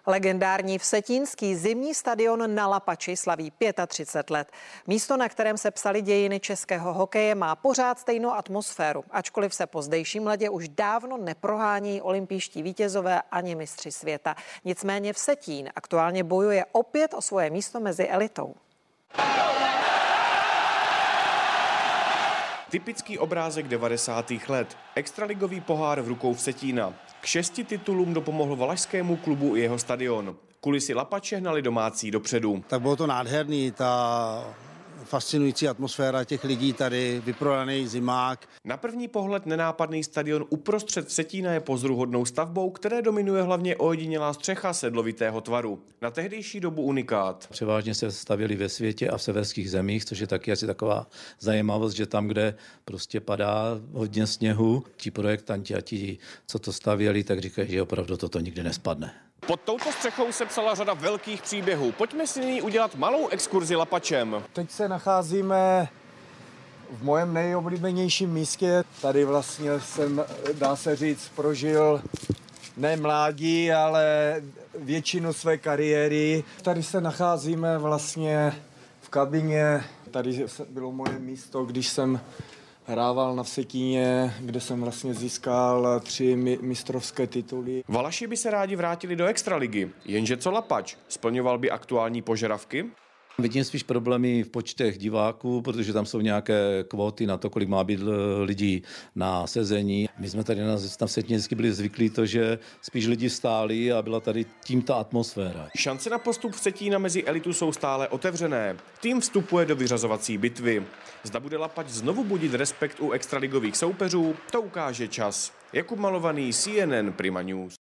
Legendární vsetínský zimní stadion na Lapači slaví 35 let. Místo, na kterém se psaly dějiny českého hokeje, má pořád stejnou atmosféru, ačkoliv se po zdejším ledě už dávno neprohání olympijští vítězové ani mistři světa. Nicméně Vsetín aktuálně bojuje opět o svoje místo mezi elitou. Typický obrázek 90. let. Extraligový pohár v rukou Vsetína. K 6 titulům dopomohl valašskému klubu i jeho stadion. Kulisy Lapače hnali domácí dopředu. Tak bylo to nádherný, ta fascinující atmosféra těch lidí tady, vyprodaný zimák. Na první pohled nenápadný stadion uprostřed Vsetína je pozoruhodnou stavbou, které dominuje hlavně ojedinělá střecha sedlovitého tvaru. Na tehdejší dobu unikát. Převážně se stavěli ve světě a v severských zemích, což je taky asi taková zajímavost, že tam, kde prostě padá hodně sněhu, ti projektanti a ti, co to stavěli, tak říkají, že opravdu toto nikdy nespadne. Pod touto střechou se psala řada velkých příběhů. Pojďme si nyní udělat malou exkurzi Lapačem. Teď se nacházíme v mojem nejoblíbenějším místě. Tady vlastně jsem, dá se říct, prožil ne mládí, ale většinu své kariéry. Tady se nacházíme vlastně v kabině. Tady bylo moje místo, když jsem hrával na Vsetíně, kde jsem vlastně získal 3 mistrovské tituly. Valaši by se rádi vrátili do extraligy, jenže co Lapač? Splňoval by aktuální požadavky? Vidím spíš problémy v počtech diváků, protože tam jsou nějaké kvóty na to, kolik má být lidí na sezení. My jsme tady na Vsetíně vždycky byli zvyklí to, že spíš lidi stáli a byla tady tím ta atmosféra. Šance na postup Vsetína mezi elitu jsou stále otevřené. Tým vstupuje do vyřazovací bitvy. Zda bude Lapač znovu budit respekt u extraligových soupeřů, to ukáže čas. Jakub Malovaný, CNN Prima News.